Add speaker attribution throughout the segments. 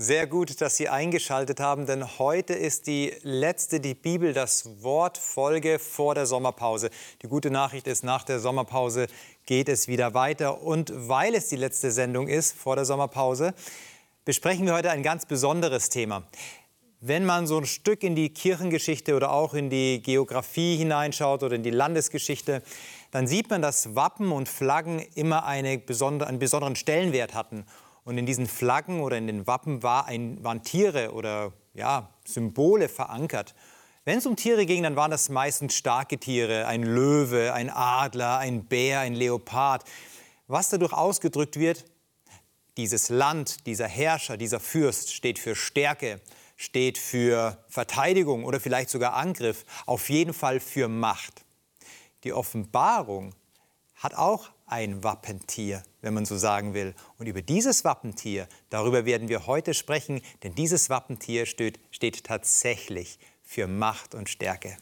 Speaker 1: Sehr gut, dass Sie eingeschaltet haben, denn heute ist die Bibel, das Wort Folge vor der Sommerpause. Die gute Nachricht ist, nach der Sommerpause geht es wieder weiter. Und weil es die letzte Sendung ist vor der Sommerpause, besprechen wir heute ein ganz besonderes Thema. Wenn man so ein Stück in die Kirchengeschichte oder auch in die Geografie hineinschaut oder in die Landesgeschichte, dann sieht man, dass Wappen und Flaggen immer einen besonderen Stellenwert hatten. Und in diesen Flaggen oder in den Wappen waren Tiere oder Symbole verankert. Wenn es um Tiere ging, dann waren das meistens starke Tiere, ein Löwe, ein Adler, ein Bär, ein Leopard. Was dadurch ausgedrückt wird, dieses Land, dieser Herrscher, dieser Fürst steht für Stärke, steht für Verteidigung oder vielleicht sogar Angriff, auf jeden Fall für Macht. Die Offenbarung hat auch ein Wappentier, wenn man so sagen will. Und über dieses Wappentier, darüber werden wir heute sprechen, denn dieses Wappentier steht tatsächlich für Macht und Stärke.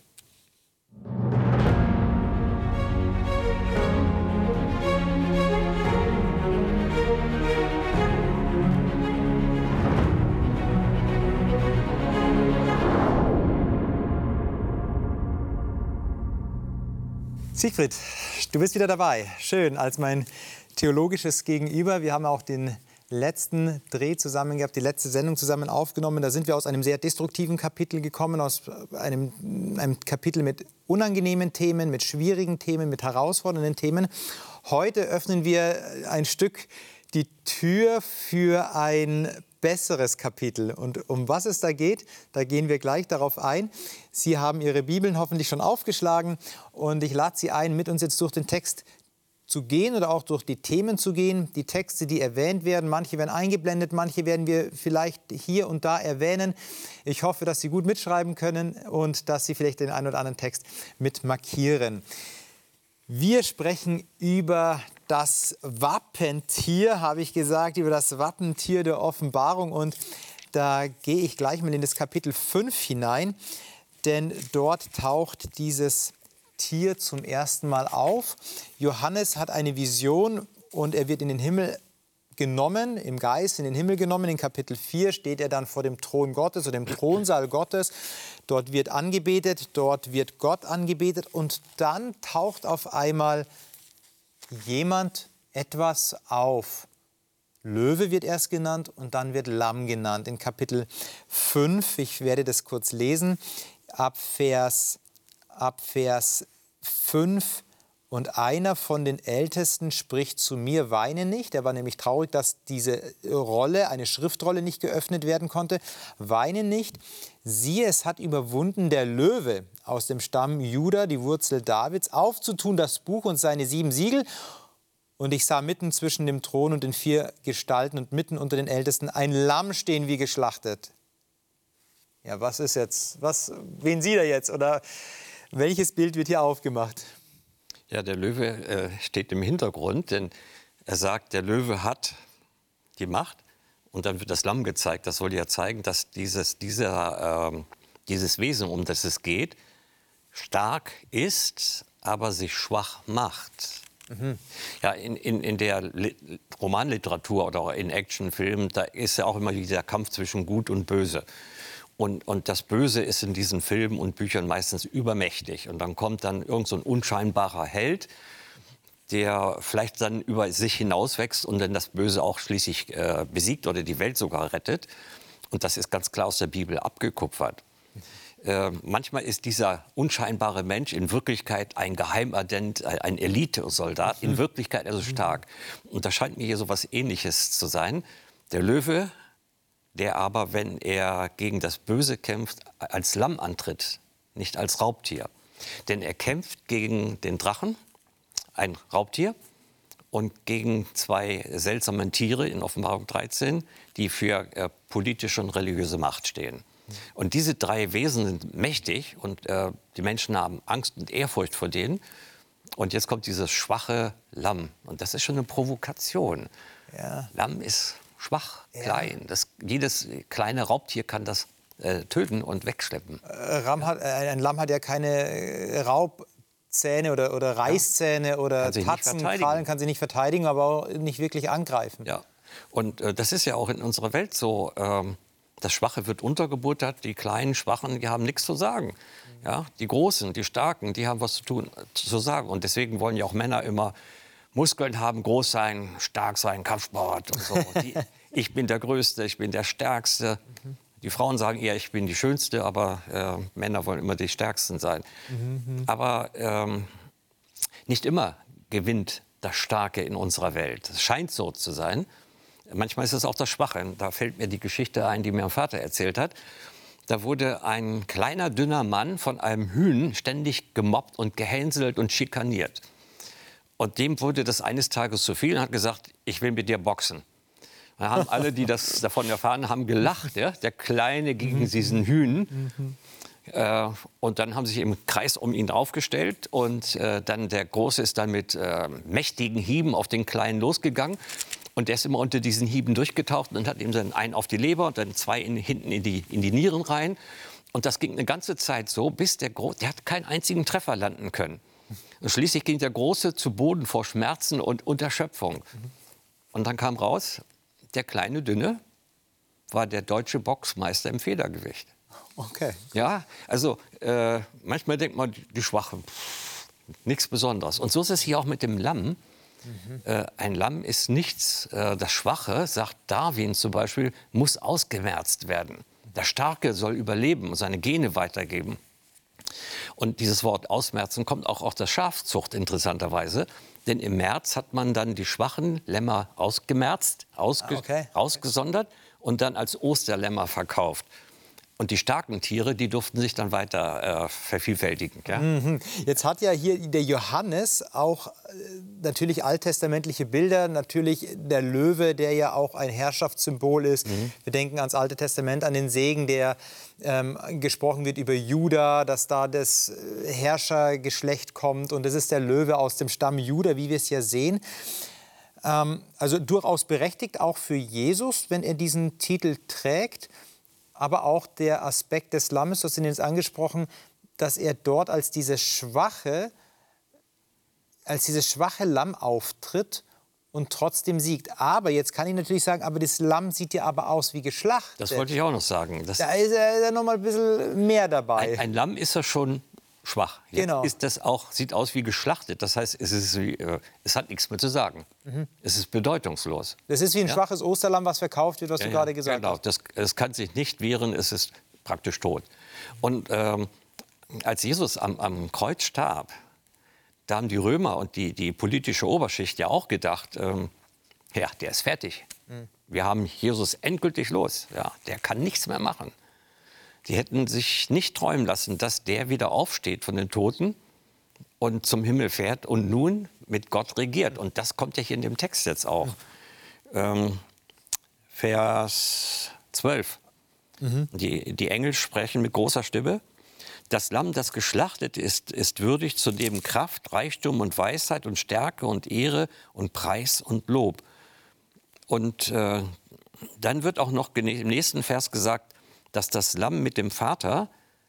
Speaker 1: Siegfried, du bist wieder dabei. Schön, als mein theologisches Gegenüber. Wir haben auch den letzten Dreh zusammen gehabt, die letzte Sendung zusammen aufgenommen. Da sind wir aus einem sehr destruktiven Kapitel gekommen, aus einem Kapitel mit unangenehmen Themen, mit schwierigen Themen, mit herausfordernden Themen. Heute öffnen wir ein Stück die Tür für ein besseres Kapitel. Und um was es da geht, da gehen wir gleich darauf ein. Sie haben Ihre Bibeln hoffentlich schon aufgeschlagen und ich lade Sie ein, mit uns jetzt durch den Text zu gehen oder auch durch die Themen zu gehen. Die Texte, die erwähnt werden, manche werden eingeblendet, manche werden wir vielleicht hier und da erwähnen. Ich hoffe, dass Sie gut mitschreiben können und dass Sie vielleicht den einen oder anderen Text mit markieren. Wir sprechen über das Wappentier, habe ich gesagt, über das Wappentier der Offenbarung. Und da gehe ich gleich mal in das Kapitel 5 hinein, denn dort taucht dieses Tier zum ersten Mal auf. Johannes hat eine Vision und er wird in den Himmel genommen, im Geist in den Himmel genommen. In Kapitel 4 steht er dann vor dem Thron Gottes oder dem Thronsaal Gottes. Dort wird angebetet, dort wird Gott angebetet und dann taucht auf einmal etwas auf. Löwe wird erst genannt und dann wird Lamm genannt. In Kapitel 5, ich werde das kurz lesen, ab Vers 5. Und einer von den Ältesten spricht zu mir, weine nicht. Er war nämlich traurig, dass diese Rolle, eine Schriftrolle, nicht geöffnet werden konnte. Weine nicht. Siehe, es hat überwunden der Löwe aus dem Stamm Juda, die Wurzel Davids, aufzutun das Buch und seine 7 Siegel. Und ich sah mitten zwischen dem Thron und den 4 Gestalten und mitten unter den Ältesten ein Lamm stehen wie geschlachtet. Ja, was ist jetzt? Wen sieht er jetzt? Oder welches Bild wird hier aufgemacht?
Speaker 2: Ja, der Löwe steht im Hintergrund, denn er sagt, der Löwe hat die Macht und dann wird das Lamm gezeigt. Das soll ja zeigen, dass dieses Wesen, um das es geht, stark ist, aber sich schwach macht. Mhm. Ja, in der Romanliteratur oder auch in Actionfilmen, da ist ja auch immer dieser Kampf zwischen Gut und Böse. Und das Böse ist in diesen Filmen und Büchern meistens übermächtig. Und dann kommt dann irgend so ein unscheinbarer Held, der vielleicht dann über sich hinauswächst und dann das Böse auch schließlich besiegt oder die Welt sogar rettet. Und das ist ganz klar aus der Bibel abgekupfert. Manchmal ist dieser unscheinbare Mensch in Wirklichkeit ein Geheimagent, ein Elitesoldat, in Wirklichkeit also stark. Und da scheint mir hier so was Ähnliches zu sein. Der Löwe, der aber, wenn er gegen das Böse kämpft, als Lamm antritt, nicht als Raubtier. Denn er kämpft gegen den Drachen, ein Raubtier, und gegen 2 seltsame Tiere in Offenbarung 13, die für politische und religiöse Macht stehen. Und diese 3 Wesen sind mächtig und die Menschen haben Angst und Ehrfurcht vor denen. Und jetzt kommt dieses schwache Lamm. Und das ist schon eine Provokation. Ja. Lamm ist schwach, klein. Jedes kleine Raubtier kann das töten und wegschleppen.
Speaker 1: Ein Lamm hat ja keine Raubzähne oder Reißzähne oder Tatzen, Krallen, kann sie nicht verteidigen, aber auch nicht wirklich angreifen.
Speaker 2: Ja. Und das ist ja auch in unserer Welt so. Das Schwache wird untergebuttert, die kleinen Schwachen, die haben nichts zu sagen. Ja, die Großen, die Starken, die haben was zu sagen. Und deswegen wollen ja auch Männer immer Muskeln haben, groß sein, stark sein, Kampfsport und so. Ich bin der Größte, ich bin der Stärkste. Die Frauen sagen eher, ich bin die Schönste, aber Männer wollen immer die Stärksten sein. Aber nicht immer gewinnt das Starke in unserer Welt. Es scheint so zu sein. Manchmal ist es auch das Schwache. Da fällt mir die Geschichte ein, die mir mein Vater erzählt hat. Da wurde ein kleiner, dünner Mann von einem Huhn ständig gemobbt und gehänselt und schikaniert. Und dem wurde das eines Tages zu viel und hat gesagt, ich will mit dir boxen. Da haben alle, die das davon erfahren haben, gelacht. Ja? Der Kleine gegen diesen Huhn. Und dann haben sie sich im Kreis um ihn draufgestellt. Und dann der Große ist dann mit mächtigen Hieben auf den Kleinen losgegangen. Und der ist immer unter diesen Hieben durchgetaucht und hat ihm dann einen auf die Leber und dann zwei hinten in die Nieren rein. Und das ging eine ganze Zeit so, bis der hat keinen einzigen Treffer landen können. Und schließlich ging der Große zu Boden vor Schmerzen und Unterschöpfung. Und dann kam raus, der kleine Dünne war der deutsche Boxmeister im Federgewicht.
Speaker 1: Okay.
Speaker 2: Ja, also manchmal denkt man, die Schwachen, nichts Besonderes. Und so ist es hier auch mit dem Lamm. Ein Lamm ist nichts. Das Schwache, sagt Darwin zum Beispiel, muss ausgemerzt werden. Der Starke soll überleben und seine Gene weitergeben. Und dieses Wort ausmerzen kommt auch aus der Schafzucht interessanterweise. Denn im März hat man dann die schwachen Lämmer ausgemerzt, ausgesondert und dann als Osterlämmer verkauft. Und die starken Tiere, die durften sich dann weiter vervielfältigen. Ja?
Speaker 1: Jetzt hat ja hier der Johannes auch natürlich alttestamentliche Bilder. Natürlich der Löwe, der ja auch ein Herrschaftssymbol ist. Wir denken ans Alte Testament, an den Segen, der gesprochen wird über Juda, dass da das Herrschergeschlecht kommt. Und das ist der Löwe aus dem Stamm Juda, wie wir es ja sehen. Also durchaus berechtigt auch für Jesus, wenn er diesen Titel trägt. Aber auch der Aspekt des Lammes, das sind jetzt angesprochen, dass er dort als dieses schwache Lamm auftritt und trotzdem siegt. Aber jetzt kann ich natürlich sagen, aber das Lamm sieht ja aber aus wie geschlachtet.
Speaker 2: Das wollte ich auch noch sagen.
Speaker 1: Da ist ja noch mal ein bisschen mehr dabei.
Speaker 2: Ein Lamm ist ja schon schwach. Jetzt
Speaker 1: genau.
Speaker 2: Ist das auch, sieht aus wie geschlachtet. Das heißt, es hat nichts mehr zu sagen. Es ist bedeutungslos.
Speaker 1: Das ist wie ein schwaches Osterlamm, was verkauft wird, was du gerade gesagt hast.
Speaker 2: Genau, es kann sich nicht wehren, es ist praktisch tot. Und als Jesus am Kreuz starb, da haben die Römer und die politische Oberschicht ja auch gedacht, der ist fertig. Wir haben Jesus endgültig los. Ja, der kann nichts mehr machen. Die hätten sich nicht träumen lassen, dass der wieder aufsteht von den Toten und zum Himmel fährt und nun mit Gott regiert. Und das kommt ja hier in dem Text jetzt auch. Vers 12. Die Engel sprechen mit großer Stimme. Das Lamm, das geschlachtet ist würdig, zu dem Kraft, Reichtum und Weisheit und Stärke und Ehre und Preis und Lob. Und dann wird auch noch im nächsten Vers gesagt, dass das Lamm mit dem Vater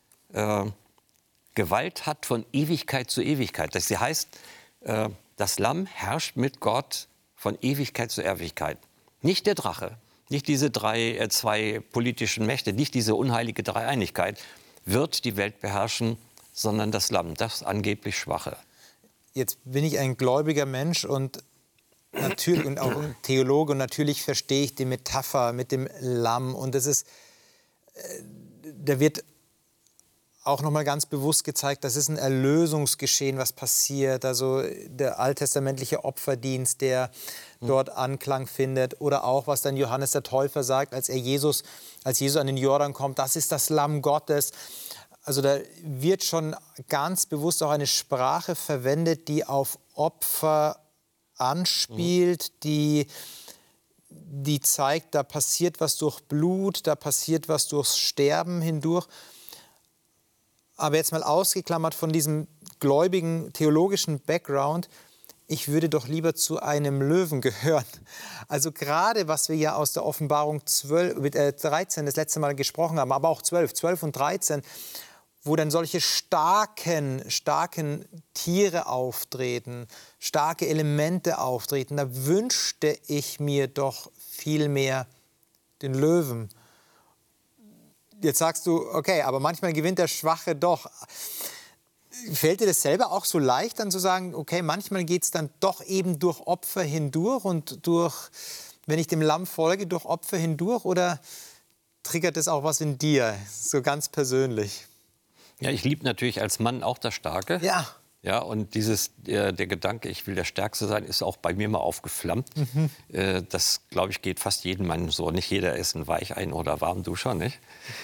Speaker 2: Gewalt hat von Ewigkeit zu Ewigkeit. Das heißt, das Lamm herrscht mit Gott von Ewigkeit zu Ewigkeit. Nicht der Drache, nicht diese zwei politischen Mächte, nicht diese unheilige Dreieinigkeit wird die Welt beherrschen, sondern das Lamm, das angeblich Schwache.
Speaker 1: Jetzt bin ich ein gläubiger Mensch und natürlich und auch ein Theologe und natürlich verstehe ich die Metapher mit dem Lamm und das ist da wird auch noch mal ganz bewusst gezeigt, das ist ein Erlösungsgeschehen, was passiert. Also der alttestamentliche Opferdienst, der dort Anklang findet. Oder auch, was dann Johannes der Täufer sagt, als Jesus an den Jordan kommt, das ist das Lamm Gottes. Also da wird schon ganz bewusst auch eine Sprache verwendet, die auf Opfer anspielt, die zeigt, da passiert was durch Blut, da passiert was durchs Sterben hindurch. Aber jetzt mal ausgeklammert von diesem gläubigen, theologischen Background, ich würde doch lieber zu einem Löwen gehören. Also gerade, was wir ja aus der Offenbarung 13 das letzte Mal gesprochen haben, aber auch 12 und 13, wo dann solche starken Tiere auftreten, starke Elemente auftreten, da wünschte ich mir doch vielmehr den Löwen. Jetzt sagst du, okay, aber manchmal gewinnt der Schwache doch. Fällt dir das selber auch so leicht, dann zu sagen, okay, manchmal geht es dann doch eben durch Opfer hindurch und durch, wenn ich dem Lamm folge, durch Opfer hindurch? Oder triggert das auch was in dir, so ganz persönlich?
Speaker 2: Ja, ich liebe natürlich als Mann auch das Starke.
Speaker 1: Ja.
Speaker 2: Ja, und der Gedanke, ich will der Stärkste sein, ist auch bei mir mal aufgeflammt. Das, glaube ich, geht fast jedem Mann so. Nicht jeder ist ein Weichein- oder Warmduscher, nicht?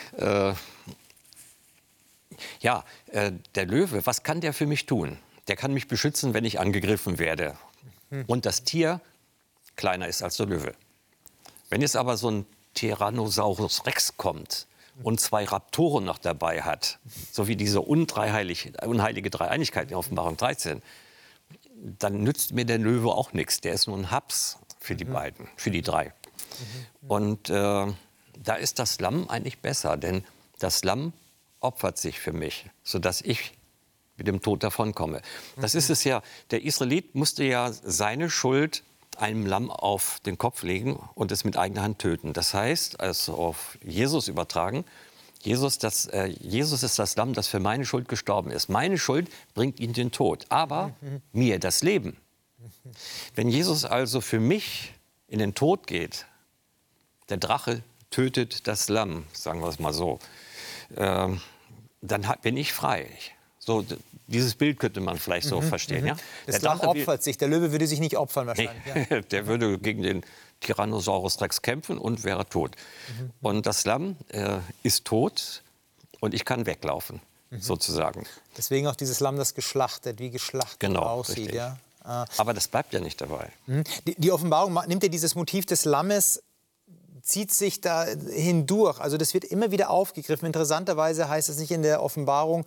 Speaker 2: Der Löwe, was kann der für mich tun? Der kann mich beschützen, wenn ich angegriffen werde. Und das Tier kleiner ist als der Löwe. Wenn jetzt aber so ein Tyrannosaurus Rex kommt und 2 Raptoren noch dabei hat, so wie diese unheilige Dreieinigkeit in Offenbarung 13, dann nützt mir der Löwe auch nichts. Der ist nur ein Haps für die beiden, für die 3. Und da ist das Lamm eigentlich besser, denn das Lamm opfert sich für mich, sodass ich mit dem Tod davonkomme. Das ist es ja, der Israelit musste ja seine Schuld einem Lamm auf den Kopf legen und es mit eigener Hand töten. Das heißt, also auf Jesus übertragen, Jesus ist das Lamm, das für meine Schuld gestorben ist. Meine Schuld bringt ihn den Tod, aber mir das Leben. Wenn Jesus also für mich in den Tod geht, der Drache tötet das Lamm, sagen wir es mal so, dann bin ich frei. So, dieses Bild könnte man vielleicht so verstehen. Ja?
Speaker 1: Das Lamm opfert sich, der Löwe würde sich nicht opfern wahrscheinlich.
Speaker 2: Nee,
Speaker 1: ja.
Speaker 2: Der würde gegen den Tyrannosaurus Rex kämpfen und wäre tot. Und das Lamm ist tot und ich kann weglaufen, sozusagen.
Speaker 1: Deswegen auch dieses Lamm, das geschlachtet, wie geschlachtet aussieht.
Speaker 2: Richtig.
Speaker 1: Ja?
Speaker 2: Aber das bleibt ja nicht dabei.
Speaker 1: Die Offenbarung nimmt ja dieses Motiv des Lammes, zieht sich da hindurch. Also das wird immer wieder aufgegriffen. Interessanterweise heißt es nicht in der Offenbarung,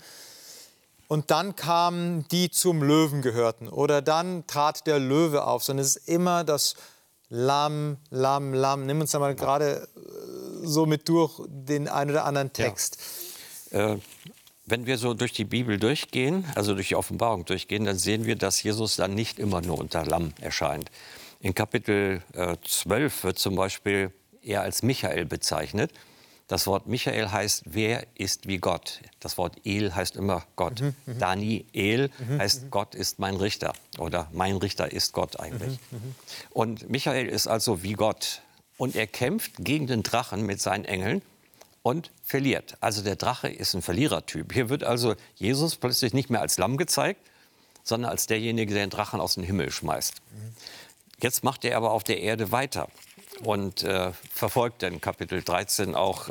Speaker 1: und dann kamen die zum Löwen gehörten oder dann trat der Löwe auf, sondern es ist immer das Lamm, Lamm, Lamm. Nimm uns da mal gerade so mit durch den einen oder anderen Text.
Speaker 2: Ja. Wenn wir so durch die Bibel durchgehen, also durch die Offenbarung durchgehen, dann sehen wir, dass Jesus dann nicht immer nur unter Lamm erscheint. In Kapitel 12 wird zum Beispiel er als Michael bezeichnet. Das Wort Michael heißt, wer ist wie Gott? Das Wort El heißt immer Gott. Daniel heißt, Gott ist mein Richter. Oder mein Richter ist Gott eigentlich. Und Michael ist also wie Gott. Und er kämpft gegen den Drachen mit seinen Engeln und verliert. Also der Drache ist ein Verlierertyp. Hier wird also Jesus plötzlich nicht mehr als Lamm gezeigt, sondern als derjenige, der den Drachen aus dem Himmel schmeißt. Jetzt macht er aber auf der Erde weiter. Und verfolgt in Kapitel 13 auch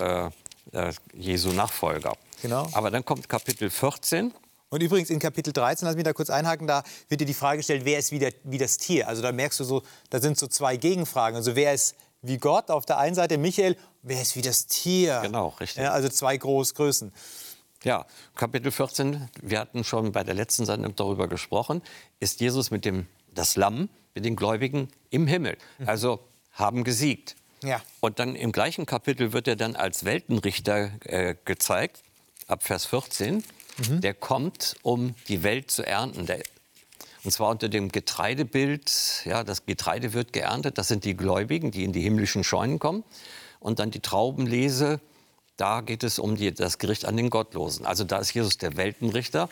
Speaker 2: Jesu Nachfolger.
Speaker 1: Genau.
Speaker 2: Aber dann kommt Kapitel 14.
Speaker 1: Und übrigens in Kapitel 13, lass mich da kurz einhaken, da wird dir die Frage gestellt, wer ist wie das Tier? Also da merkst du so, da sind so 2 Gegenfragen. Also wer ist wie Gott auf der einen Seite, Michael, wer ist wie das Tier?
Speaker 2: Genau, richtig.
Speaker 1: Ja, also 2 Größen.
Speaker 2: Ja, Kapitel 14, wir hatten schon bei der letzten Sendung darüber gesprochen, ist Jesus das Lamm mit den Gläubigen im Himmel. Also haben gesiegt.
Speaker 1: Ja.
Speaker 2: Und dann im gleichen Kapitel wird er dann als Weltenrichter gezeigt, ab Vers 14. Der kommt, um die Welt zu ernten. Und zwar unter dem Getreidebild, ja, das Getreide wird geerntet, das sind die Gläubigen, die in die himmlischen Scheunen kommen. Und dann die Traubenlese, da geht es um das Gericht an den Gottlosen. Also da ist Jesus der Weltenrichter,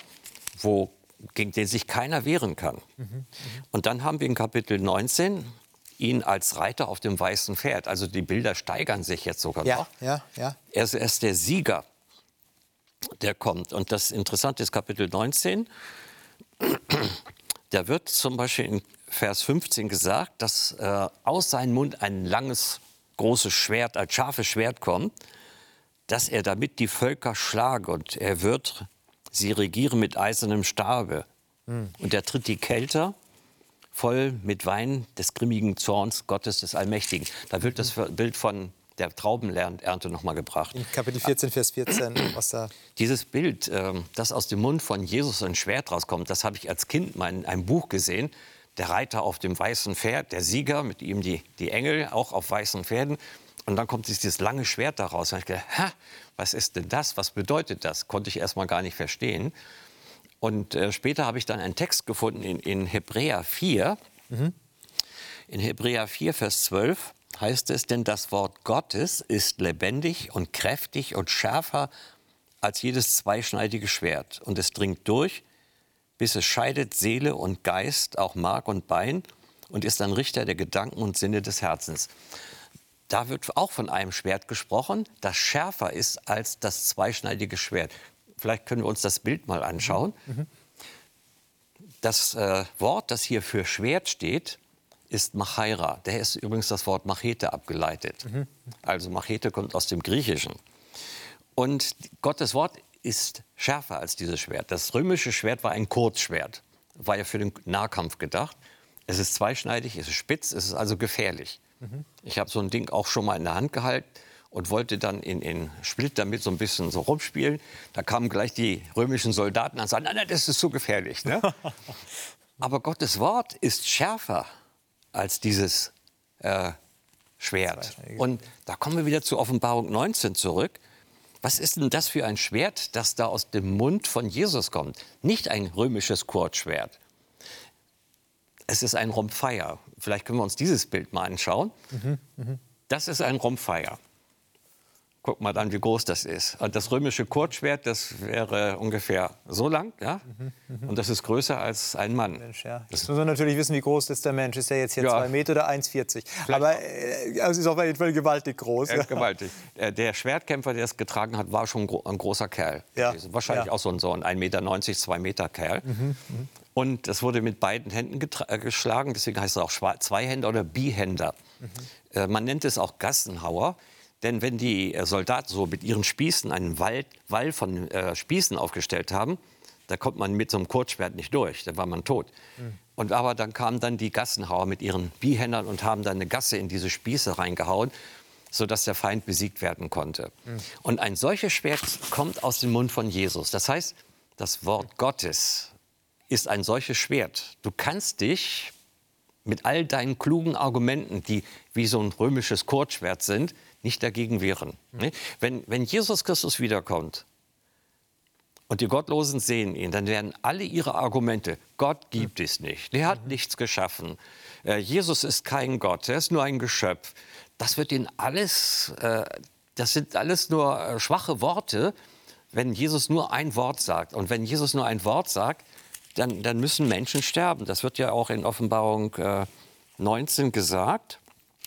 Speaker 2: gegen den sich keiner wehren kann. Und dann haben wir in Kapitel 19 ihn als Reiter auf dem weißen Pferd. Also die Bilder steigern sich jetzt sogar noch.
Speaker 1: Ja.
Speaker 2: Er ist der Sieger, der kommt. Und das Interessante ist Kapitel 19. Da wird zum Beispiel in Vers 15 gesagt, dass aus seinem Mund ein langes, großes Schwert, ein scharfes Schwert kommt, dass er damit die Völker schlage und er wird sie regieren mit eisernem Stabe. Und er tritt die Kelter voll mit Wein des grimmigen Zorns Gottes des Allmächtigen. Da wird das Bild von der Traubenernte noch mal gebracht.
Speaker 1: In Kapitel 14, Vers 14, was da...
Speaker 2: Dieses Bild, dass aus dem Mund von Jesus ein Schwert rauskommt, das habe ich als Kind mal in einem Buch gesehen. Der Reiter auf dem weißen Pferd, der Sieger, mit ihm die Engel, auch auf weißen Pferden. Und dann kommt dieses lange Schwert daraus. Und ich dachte, was ist denn das? Was bedeutet das? Konnte ich erst mal gar nicht verstehen. Und später habe ich dann einen Text gefunden in Hebräer 4. In Hebräer 4, Vers 12 heißt es, denn das Wort Gottes ist lebendig und kräftig und schärfer als jedes zweischneidige Schwert. Und es dringt durch, bis es scheidet Seele und Geist, auch Mark und Bein, und ist ein Richter der Gedanken und Sinne des Herzens. Da wird auch von einem Schwert gesprochen, das schärfer ist als das zweischneidige Schwert. Vielleicht können wir uns das Bild mal anschauen. Das Wort, das hier für Schwert steht, ist Machaira. Der ist übrigens das Wort Machete abgeleitet. Also Machete kommt aus dem Griechischen. Und Gottes Wort ist schärfer als dieses Schwert. Das römische Schwert war ein Kurzschwert, war ja für den Nahkampf gedacht. Es ist zweischneidig, es ist spitz, es ist also gefährlich. Ich habe so ein Ding auch schon mal in der Hand gehalten und wollte dann in Split damit so ein bisschen so rumspielen. Da kamen gleich die römischen Soldaten und sagten, nein, nein, das ist zu gefährlich. Ne? Aber Gottes Wort ist schärfer als dieses Schwert. Und da kommen wir wieder zur Offenbarung 19 zurück. Was ist denn das für ein Schwert, das da aus dem Mund von Jesus kommt? Nicht ein römisches Kurzschwert. Es ist ein Rhomphaia. Vielleicht können wir uns dieses Bild mal anschauen. Das ist ein Rhomphaia. Guck mal dann, wie groß das ist. Und das römische Kurzschwert, das wäre ungefähr so lang, ja? Und das ist größer als ein Mann.
Speaker 1: Mensch, ja. Jetzt muss man natürlich wissen, wie groß ist der Mensch. Ist er jetzt hier 2 Meter oder 1,40? Aber es ist auf jeden Fall gewaltig groß.
Speaker 2: Gewaltig. Der Schwertkämpfer, der es getragen hat, war schon ein großer Kerl.
Speaker 1: Ja.
Speaker 2: Wahrscheinlich auch so ein 1,90 Meter, 2 Meter Kerl. Und es wurde mit beiden Händen geschlagen, deswegen heißt es auch Zweihänder oder Bihänder. Man nennt es auch Gassenhauer. Denn wenn die Soldaten so mit ihren Spießen einen Wall von Spießen aufgestellt haben, da kommt man mit so einem Kurzschwert nicht durch, da war man tot. Aber dann kamen dann die Gassenhauer mit ihren Bihändern und haben dann eine Gasse in diese Spieße reingehauen, sodass der Feind besiegt werden konnte. Und ein solches Schwert kommt aus dem Mund von Jesus. Das heißt, das Wort Gottes ist ein solches Schwert. Du kannst dich mit all deinen klugen Argumenten, die wie so ein römisches Kurzschwert sind, nicht dagegen wehren. Wenn Jesus Christus wiederkommt und die Gottlosen sehen ihn, dann werden alle ihre Argumente, Gott gibt es nicht, der hat nichts geschaffen, Jesus ist kein Gott, er ist nur ein Geschöpf. Das wird ihnen alles, das sind alles nur schwache Worte, wenn Jesus nur ein Wort sagt. Und wenn Jesus nur ein Wort sagt, dann müssen Menschen sterben. Das wird ja auch in Offenbarung 19 gesagt.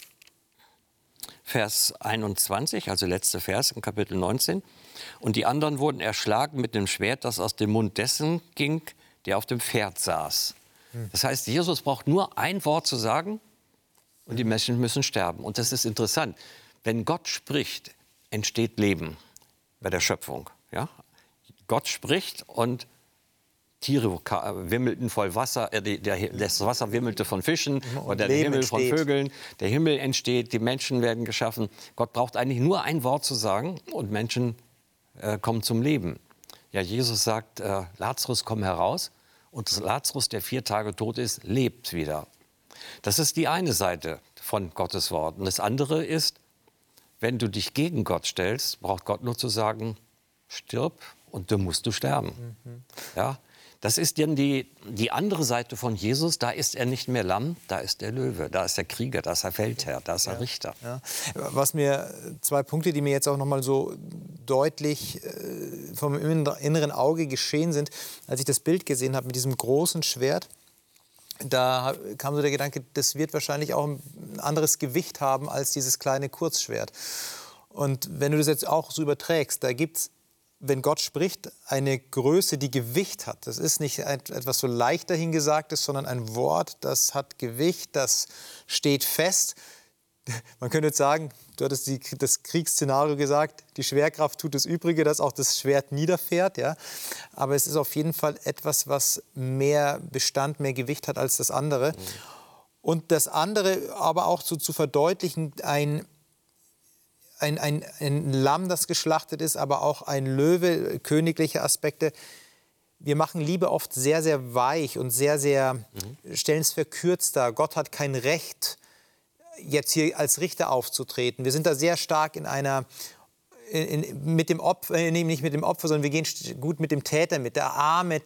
Speaker 2: Vers 21, also letzter Vers im Kapitel 19. Und die anderen wurden erschlagen mit dem Schwert, das aus dem Mund dessen ging, der auf dem Pferd saß. Das heißt, Jesus braucht nur ein Wort zu sagen und die Menschen müssen sterben. Und das ist interessant. Wenn Gott spricht, entsteht Leben bei der Schöpfung. Ja? Gott spricht und Tiere wimmelten voll Wasser, das Wasser wimmelte von Fischen oder der Himmel von Vögeln. Der Himmel entsteht, die Menschen werden geschaffen. Gott braucht eigentlich nur ein Wort zu sagen und Menschen kommen zum Leben. Ja, Jesus sagt, Lazarus, komm heraus. Und Lazarus, der 4 Tage tot ist, lebt wieder. Das ist die eine Seite von Gottes Wort. Und das andere ist, wenn du dich gegen Gott stellst, braucht Gott nur zu sagen, stirb und dann musst du sterben. Ja? Das ist dann die andere Seite von Jesus. Da ist er nicht mehr Lamm, da ist der Löwe, da ist der Krieger, da ist der Feldherr, da ist der Richter.
Speaker 1: Ja. Was mir 2 Punkte, die mir jetzt auch noch mal so deutlich vom inneren Auge geschehen sind, als ich das Bild gesehen habe mit diesem großen Schwert. Da kam so der Gedanke, das wird wahrscheinlich auch ein anderes Gewicht haben als dieses kleine Kurzschwert. Und wenn du das jetzt auch so überträgst, da gibt es, wenn Gott spricht, eine Größe, die Gewicht hat. Das ist nicht etwas so leicht dahingesagtes, sondern ein Wort, das hat Gewicht, das steht fest. Man könnte jetzt sagen, du hattest das Kriegsszenario gesagt, die Schwerkraft tut das Übrige, dass auch das Schwert niederfährt. Ja? Aber es ist auf jeden Fall etwas, was mehr Bestand, mehr Gewicht hat als das andere. Und das andere aber auch so zu verdeutlichen, ein Lamm, das geschlachtet ist, aber auch ein Löwe, königliche Aspekte. Wir machen Liebe oft sehr, sehr weich und sehr, sehr, stellen es verkürzt dar. Gott hat kein Recht, jetzt hier als Richter aufzutreten. Wir sind da sehr stark mit dem Opfer, nicht mit dem Opfer, sondern wir gehen gut mit dem Täter mit, der arme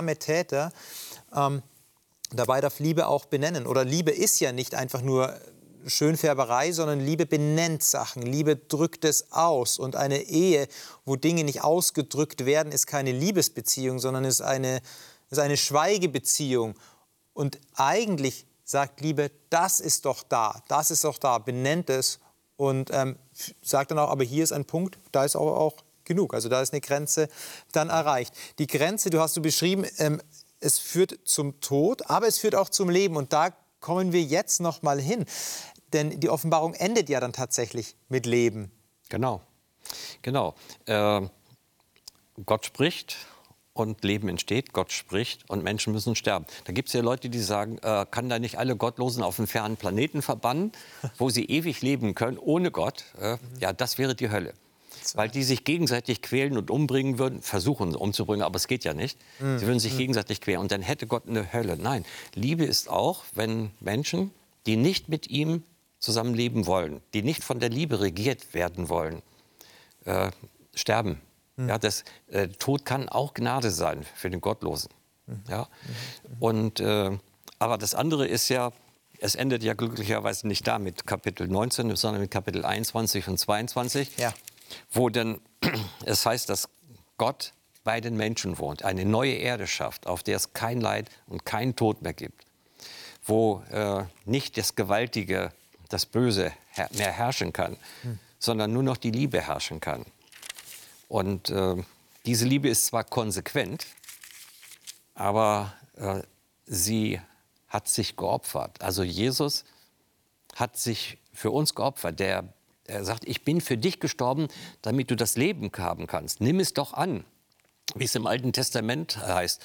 Speaker 1: Täter. Dabei darf Liebe auch benennen. Oder Liebe ist ja nicht einfach nur Schönfärberei, sondern Liebe benennt Sachen, Liebe drückt es aus. Und eine Ehe, wo Dinge nicht ausgedrückt werden, ist keine Liebesbeziehung, sondern ist eine Schweigebeziehung. Und eigentlich sagt Liebe, das ist doch da, benennt es und sagt dann auch, aber hier ist ein Punkt, da ist auch genug. Also da ist eine Grenze dann erreicht. Die Grenze, du hast beschrieben, es führt zum Tod, aber es führt auch zum Leben. Und da kommen wir jetzt noch mal hin. Denn die Offenbarung endet ja dann tatsächlich mit Leben.
Speaker 2: Genau. Gott spricht und Leben entsteht. Gott spricht und Menschen müssen sterben. Da gibt es ja Leute, die sagen, kann da nicht alle Gottlosen auf einen fernen Planeten verbannen, wo sie ewig leben können, ohne Gott? Ja, das wäre die Hölle. Weil die sich gegenseitig quälen und umbringen würden, versuchen umzubringen, aber es geht ja nicht. Sie würden sich gegenseitig quälen und dann hätte Gott eine Hölle. Nein, Liebe ist auch, wenn Menschen, die nicht mit ihm zusammenleben wollen, die nicht von der Liebe regiert werden wollen, sterben. Ja, Tod kann auch Gnade sein für den Gottlosen. Ja? Und, aber das andere ist ja, es endet ja glücklicherweise nicht da mit Kapitel 19, sondern mit Kapitel 21 und 22.
Speaker 1: Ja.
Speaker 2: Wo denn es heißt, dass Gott bei den Menschen wohnt, eine neue Erde schafft, auf der es kein Leid und keinen Tod mehr gibt, wo nicht das Gewaltige, das Böse mehr herrschen kann, sondern nur noch die Liebe herrschen kann. Und diese Liebe ist zwar konsequent, aber sie hat sich geopfert. Also Jesus hat sich für uns geopfert. Er sagt, ich bin für dich gestorben, damit du das Leben haben kannst. Nimm es doch an, wie es im Alten Testament heißt.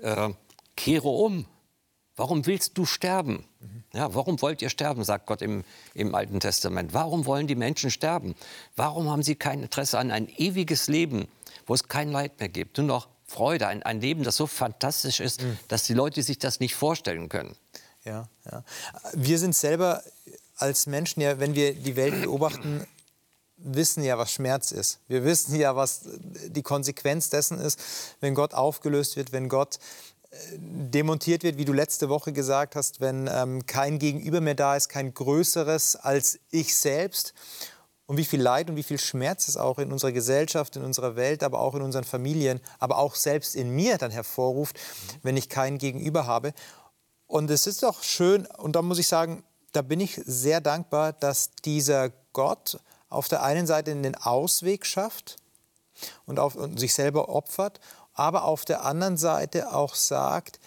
Speaker 2: Kehre um. Warum willst du sterben? Ja, warum wollt ihr sterben, sagt Gott im Alten Testament. Warum wollen die Menschen sterben? Warum haben sie kein Interesse an ein ewiges Leben, wo es kein Leid mehr gibt? Nur noch Freude, ein Leben, das so fantastisch ist, dass die Leute sich das nicht vorstellen können.
Speaker 1: Ja. Wir sind selber als Menschen, ja, wenn wir die Welt beobachten, wissen ja, was Schmerz ist. Wir wissen ja, was die Konsequenz dessen ist, wenn Gott aufgelöst wird, wenn Gott demontiert wird, wie du letzte Woche gesagt hast, wenn kein Gegenüber mehr da ist, kein Größeres als ich selbst. Und wie viel Leid und wie viel Schmerz es auch in unserer Gesellschaft, in unserer Welt, aber auch in unseren Familien, aber auch selbst in mir dann hervorruft, wenn ich kein Gegenüber habe. Und es ist doch schön, und da muss ich sagen, da bin ich sehr dankbar, dass dieser Gott auf der einen Seite den Ausweg schafft und sich selber opfert, aber auf der anderen Seite auch sagt,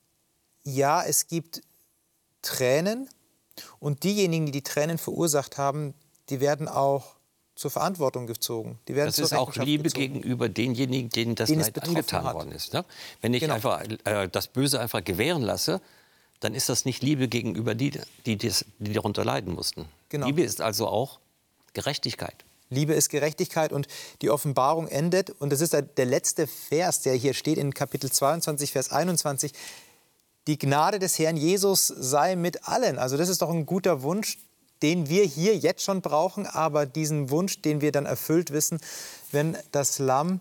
Speaker 1: ja, es gibt Tränen und diejenigen, die die Tränen verursacht haben, die werden auch zur Verantwortung gezogen. Die werden
Speaker 2: das ist auch Liebe gegenüber denjenigen, denen das Leid angetan worden ist. Ne? Wenn ich einfach das Böse einfach gewähren lasse, dann ist das nicht Liebe gegenüber die darunter leiden mussten. Genau. Liebe ist also auch Gerechtigkeit.
Speaker 1: Liebe ist Gerechtigkeit und die Offenbarung endet, und das ist der letzte Vers, der hier steht in Kapitel 22, Vers 21, die Gnade des Herrn Jesus sei mit allen. Also das ist doch ein guter Wunsch, den wir hier jetzt schon brauchen, aber diesen Wunsch, den wir dann erfüllt wissen, wenn das Lamm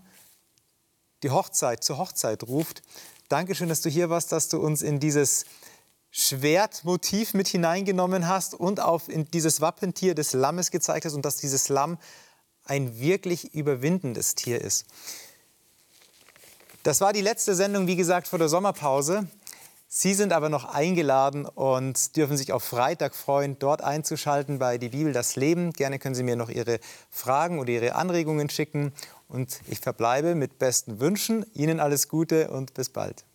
Speaker 1: die Hochzeit zur Hochzeit ruft. Dankeschön, dass du hier warst, dass du uns in dieses Schwertmotiv mit hineingenommen hast und in dieses Wappentier des Lammes gezeigt hast und dass dieses Lamm ein wirklich überwindendes Tier ist. Das war die letzte Sendung, wie gesagt, vor der Sommerpause. Sie sind aber noch eingeladen und dürfen sich auf Freitag freuen, dort einzuschalten bei Die Bibel, das Leben. Gerne können Sie mir noch Ihre Fragen oder Ihre Anregungen schicken. Und ich verbleibe mit besten Wünschen. Ihnen alles Gute und bis bald.